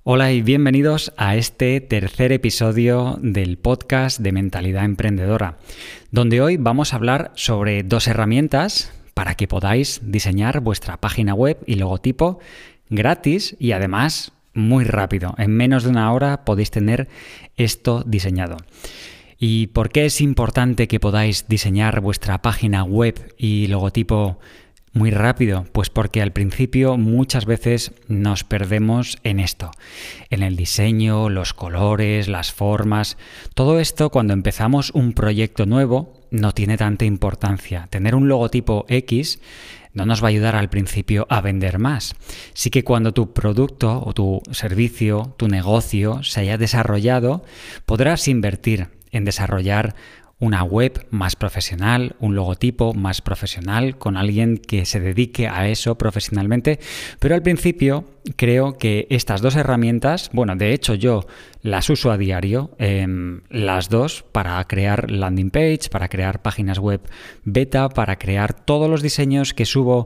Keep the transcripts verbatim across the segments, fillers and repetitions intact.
Hola y bienvenidos a este tercer episodio del podcast de Mentalidad Emprendedora, donde hoy vamos a hablar sobre dos herramientas para que podáis diseñar vuestra página web y logotipo gratis y además muy rápido. En menos de una hora podéis tener esto diseñado. ¿Y por qué es importante que podáis diseñar vuestra página web y logotipo muy rápido? Pues porque al principio muchas veces nos perdemos en esto, en el diseño, los colores, las formas. Todo esto cuando empezamos un proyecto nuevo no tiene tanta importancia. Tener un logotipo X no nos va a ayudar al principio a vender más. Sí que cuando tu producto o tu servicio, tu negocio se haya desarrollado, podrás invertir en desarrollar una web más profesional, un logotipo más profesional, con alguien que se dedique a eso profesionalmente. Pero al principio creo que estas dos herramientas, bueno, de hecho yo las uso a diario, eh, las dos, para crear landing page, para crear páginas web beta, para crear todos los diseños que subo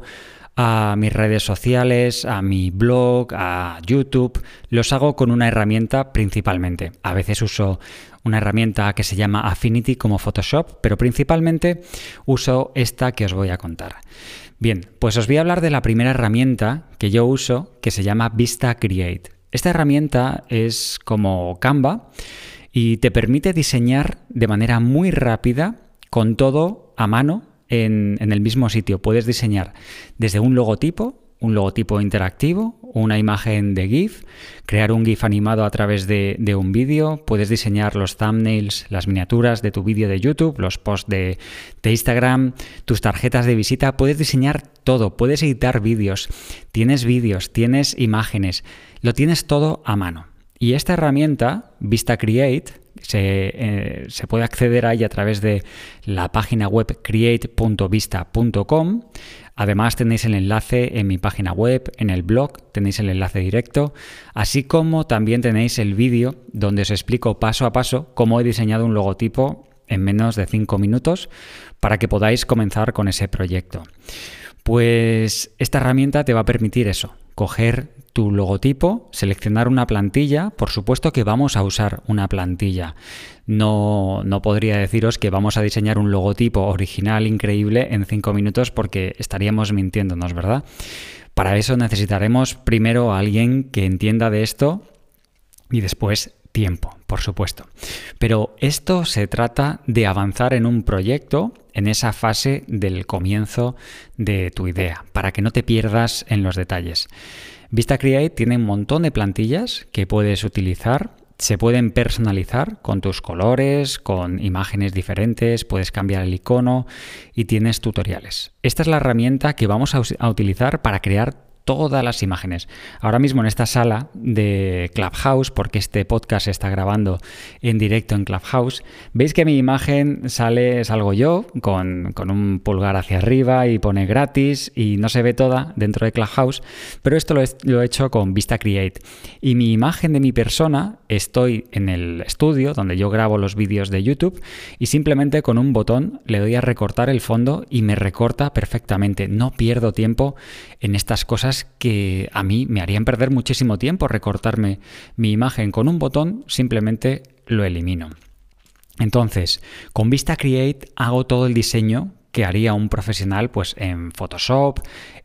a mis redes sociales, a mi blog, a YouTube. Los hago con una herramienta principalmente. A veces uso una herramienta que se llama Affinity como Photoshop, pero principalmente uso esta que os voy a contar. Bien, pues os voy a hablar de la primera herramienta que yo uso, que se llama Vista Create. Esta herramienta es como Canva y te permite diseñar de manera muy rápida con todo a mano en, en el mismo sitio. Puedes diseñar desde un logotipo, un logotipo interactivo, una imagen de GIF, crear un GIF animado a través de, de un vídeo, puedes diseñar los thumbnails, las miniaturas de tu vídeo de YouTube, los posts de, de Instagram, tus tarjetas de visita, puedes diseñar todo, puedes editar vídeos, tienes vídeos, tienes imágenes, lo tienes todo a mano. Y esta herramienta, Vista Create, se, eh, se puede acceder a ella a través de la página web create punto vista punto com. Además tenéis el enlace en mi página web, en el blog, tenéis el enlace directo, así como también tenéis el vídeo donde os explico paso a paso cómo he diseñado un logotipo en menos de cinco minutos para que podáis comenzar con ese proyecto. Pues esta herramienta te va a permitir eso, coger tu logotipo, seleccionar una plantilla. Por supuesto que vamos a usar una plantilla. No, no podría deciros que vamos a diseñar un logotipo original, increíble, en cinco minutos porque estaríamos mintiéndonos, ¿verdad? Para eso necesitaremos primero a alguien que entienda de esto y después tiempo, por supuesto. Pero esto se trata de avanzar en un proyecto en esa fase del comienzo de tu idea, para que no te pierdas en los detalles. Vista Create tiene un montón de plantillas que puedes utilizar. Se pueden personalizar con tus colores, con imágenes diferentes, puedes cambiar el icono y tienes tutoriales. Esta es la herramienta que vamos a, a utilizar para crear todas las imágenes. Ahora mismo en esta sala de Clubhouse, porque este podcast se está grabando en directo en Clubhouse, veis que mi imagen sale, salgo yo con, con un pulgar hacia arriba y pone gratis y no se ve toda dentro de Clubhouse, pero esto lo he, lo he hecho con Vista Create. Y mi imagen de mi persona, estoy en el estudio donde yo grabo los vídeos de YouTube y simplemente con un botón le doy a recortar el fondo y me recorta perfectamente. No pierdo tiempo en estas cosas que a mí me harían perder muchísimo tiempo. Recortarme mi imagen con un botón, simplemente lo elimino. Entonces, con Vista Create hago todo el diseño que haría un profesional pues en Photoshop,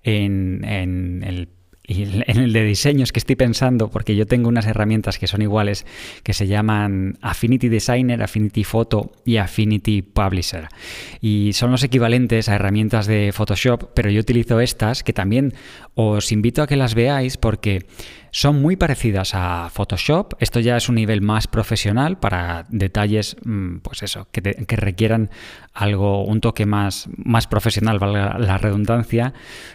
en, en el Y en el de diseños que estoy pensando, porque yo tengo unas herramientas que son iguales, que se llaman Affinity Designer, Affinity Photo y Affinity Publisher. Y son los equivalentes a herramientas de Photoshop, pero yo utilizo estas, que también os invito a que las veáis porque son muy parecidas a Photoshop. Esto ya es un nivel más profesional para detalles, pues eso, que, te, que requieran algo, un toque más, más profesional, valga la redundancia,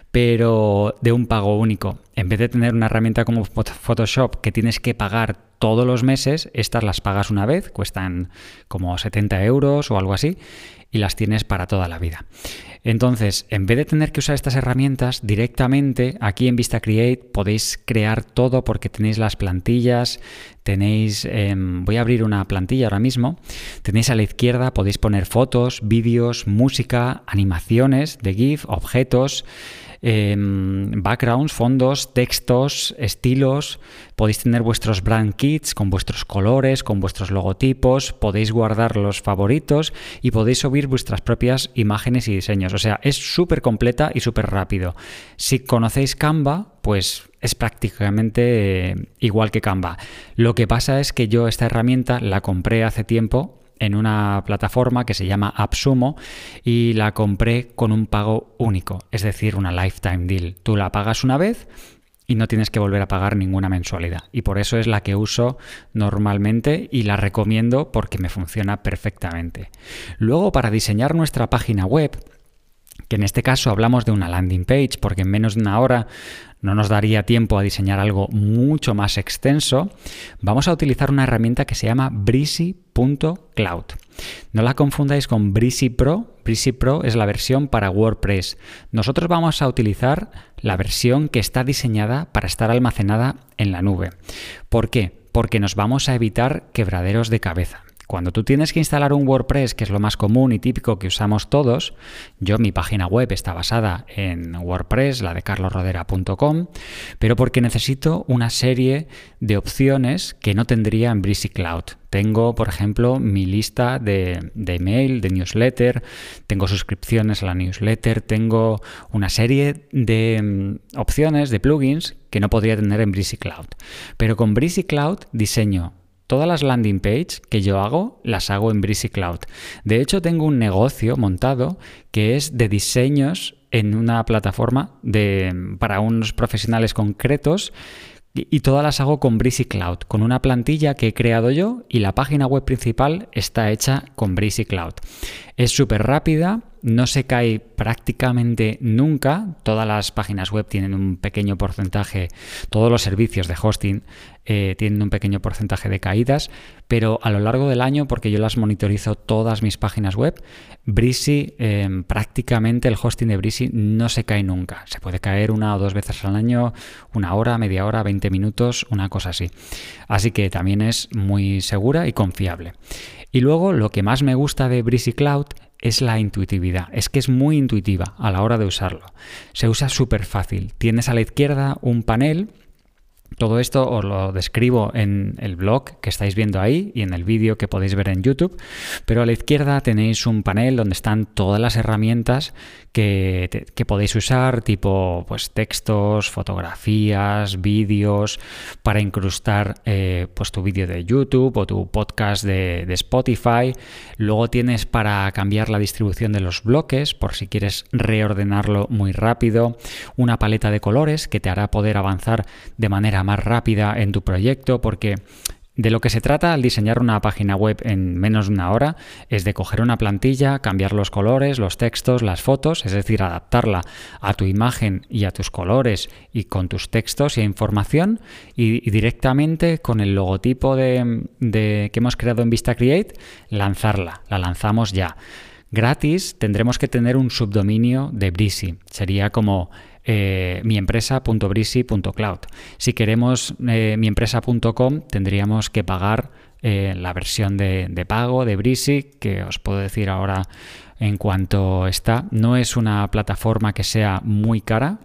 pero de un pago único. En vez de tener una herramienta como Photoshop que tienes que pagar todos los meses, estas las pagas una vez, cuestan como setenta euros o algo así, y las tienes para toda la vida. Entonces, en vez de tener que usar estas herramientas, directamente aquí en Vista Create podéis crear todo porque tenéis las plantillas, tenéis, eh, voy a abrir una plantilla ahora mismo, tenéis a la izquierda, podéis poner fotos, vídeos, música, animaciones de GIF, objetos, Eh, backgrounds, fondos, textos, estilos, podéis tener vuestros brand kits con vuestros colores, con vuestros logotipos, podéis guardar los favoritos y podéis subir vuestras propias imágenes y diseños. O sea, es súper completa y súper rápido. Si conocéis Canva, pues es prácticamente eh, igual que Canva. Lo que pasa es que yo esta herramienta la compré hace tiempo en una plataforma que se llama AppSumo y la compré con un pago único, es decir, una lifetime deal. Tú la pagas una vez y no tienes que volver a pagar ninguna mensualidad. Y por eso es la que uso normalmente y la recomiendo porque me funciona perfectamente. Luego, para diseñar nuestra página web, que en este caso hablamos de una landing page porque en menos de una hora no nos daría tiempo a diseñar algo mucho más extenso, vamos a utilizar una herramienta que se llama Breezy punto cloud. No la confundáis con Breezy Pro. Breezy Pro es la versión para WordPress. Nosotros vamos a utilizar la versión que está diseñada para estar almacenada en la nube. ¿Por qué? Porque nos vamos a evitar quebraderos de cabeza. Cuando tú tienes que instalar un WordPress, que es lo más común y típico que usamos todos, yo mi página web está basada en WordPress, la de carlos rodera punto com, pero porque necesito una serie de opciones que no tendría en Breezy Cloud. Tengo, por ejemplo, mi lista de, de email, de newsletter, tengo suscripciones a la newsletter, tengo una serie de um, opciones, de plugins que no podría tener en Breezy Cloud. Pero con Breezy Cloud diseño todas las landing page que yo hago, las hago en Breezy Cloud. De hecho, tengo un negocio montado que es de diseños en una plataforma de, para unos profesionales concretos y, y todas las hago con Breezy Cloud, con una plantilla que he creado yo y la página web principal está hecha con Breezy Cloud. Es súper rápida, no se cae prácticamente nunca. Todas las páginas web tienen un pequeño porcentaje, todos los servicios de hosting eh, tienen un pequeño porcentaje de caídas, pero a lo largo del año, porque yo las monitorizo todas mis páginas web, Breezy, eh, prácticamente el hosting de Breezy no se cae nunca. Se puede caer una o dos veces al año, una hora, media hora, veinte minutos, una cosa así. Así que también es muy segura y confiable. Y luego lo que más me gusta de Breezy Cloud es la intuitividad. Es que es muy intuitiva a la hora de usarlo. Se usa súper fácil. Tienes a la izquierda un panel. Todo esto os lo describo en el blog que estáis viendo ahí y en el vídeo que podéis ver en YouTube, pero a la izquierda tenéis un panel donde están todas las herramientas que, te, que podéis usar, tipo pues, textos, fotografías, vídeos, para incrustar eh, pues, tu vídeo de YouTube o tu podcast de, de Spotify. Luego tienes para cambiar la distribución de los bloques, por si quieres reordenarlo muy rápido, una paleta de colores que te hará poder avanzar de manera más rápida en tu proyecto, porque de lo que se trata al diseñar una página web en menos de una hora es de coger una plantilla, cambiar los colores, los textos, las fotos, es decir, adaptarla a tu imagen y a tus colores y con tus textos e información y, y directamente con el logotipo de, de, que hemos creado en VistaCreate, lanzarla, la lanzamos ya. Gratis tendremos que tener un subdominio de Breezy, sería como Eh, miempresa punto breezy punto cloud. Si queremos eh, miempresa punto com tendríamos que pagar eh, la versión de, de pago de Breezy, que os puedo decir ahora en cuanto está. No es una plataforma que sea muy cara,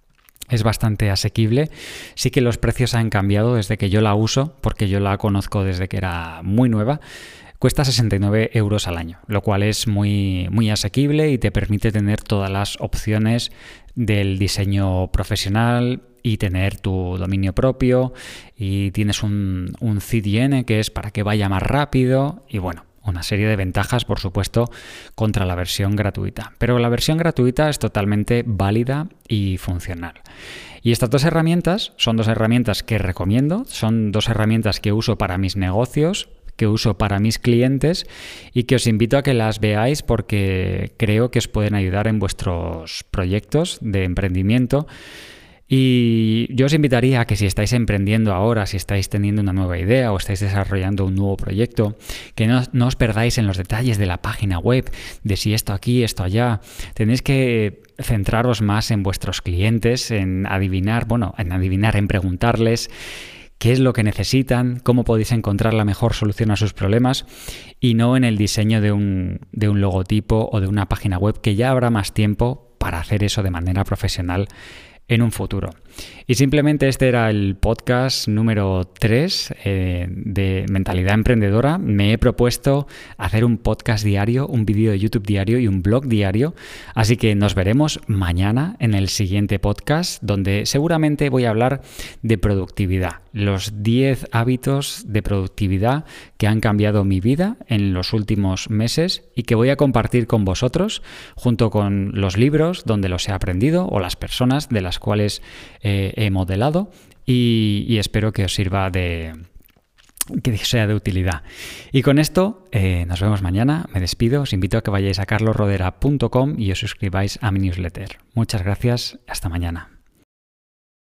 es bastante asequible. Sí que los precios han cambiado desde que yo la uso, porque yo la conozco desde que era muy nueva. Cuesta sesenta y nueve euros al año, lo cual es muy, muy asequible y te permite tener todas las opciones del diseño profesional y tener tu dominio propio, y tienes un, un C D N que es para que vaya más rápido y bueno, una serie de ventajas, por supuesto, contra la versión gratuita. Pero la versión gratuita es totalmente válida y funcional. Y estas dos herramientas son dos herramientas que recomiendo, son dos herramientas que uso para mis negocios, que uso para mis clientes y que os invito a que las veáis porque creo que os pueden ayudar en vuestros proyectos de emprendimiento. Y yo os invitaría a que si estáis emprendiendo ahora, si estáis teniendo una nueva idea o estáis desarrollando un nuevo proyecto, que no, no os perdáis en los detalles de la página web, de si esto aquí, esto allá. Tenéis que centraros más en vuestros clientes, en adivinar, bueno, en adivinar, en preguntarles qué es lo que necesitan, cómo podéis encontrar la mejor solución a sus problemas y no en el diseño de un, de un logotipo o de una página web, que ya habrá más tiempo para hacer eso de manera profesional en un futuro. Y simplemente este era el podcast número tres eh, de Mentalidad Emprendedora. Me he propuesto hacer un podcast diario, un vídeo de YouTube diario y un blog diario. Así que nos veremos mañana en el siguiente podcast, donde seguramente voy a hablar de productividad. Los diez hábitos de productividad que han cambiado mi vida en los últimos meses y que voy a compartir con vosotros, junto con los libros donde los he aprendido o las personas de las cuales eh, he modelado, y, y espero que os sirva de... que sea de utilidad. Y con esto eh, nos vemos mañana. Me despido. Os invito a que vayáis a carlos rodera punto com y os suscribáis a mi newsletter. Muchas gracias. Hasta mañana.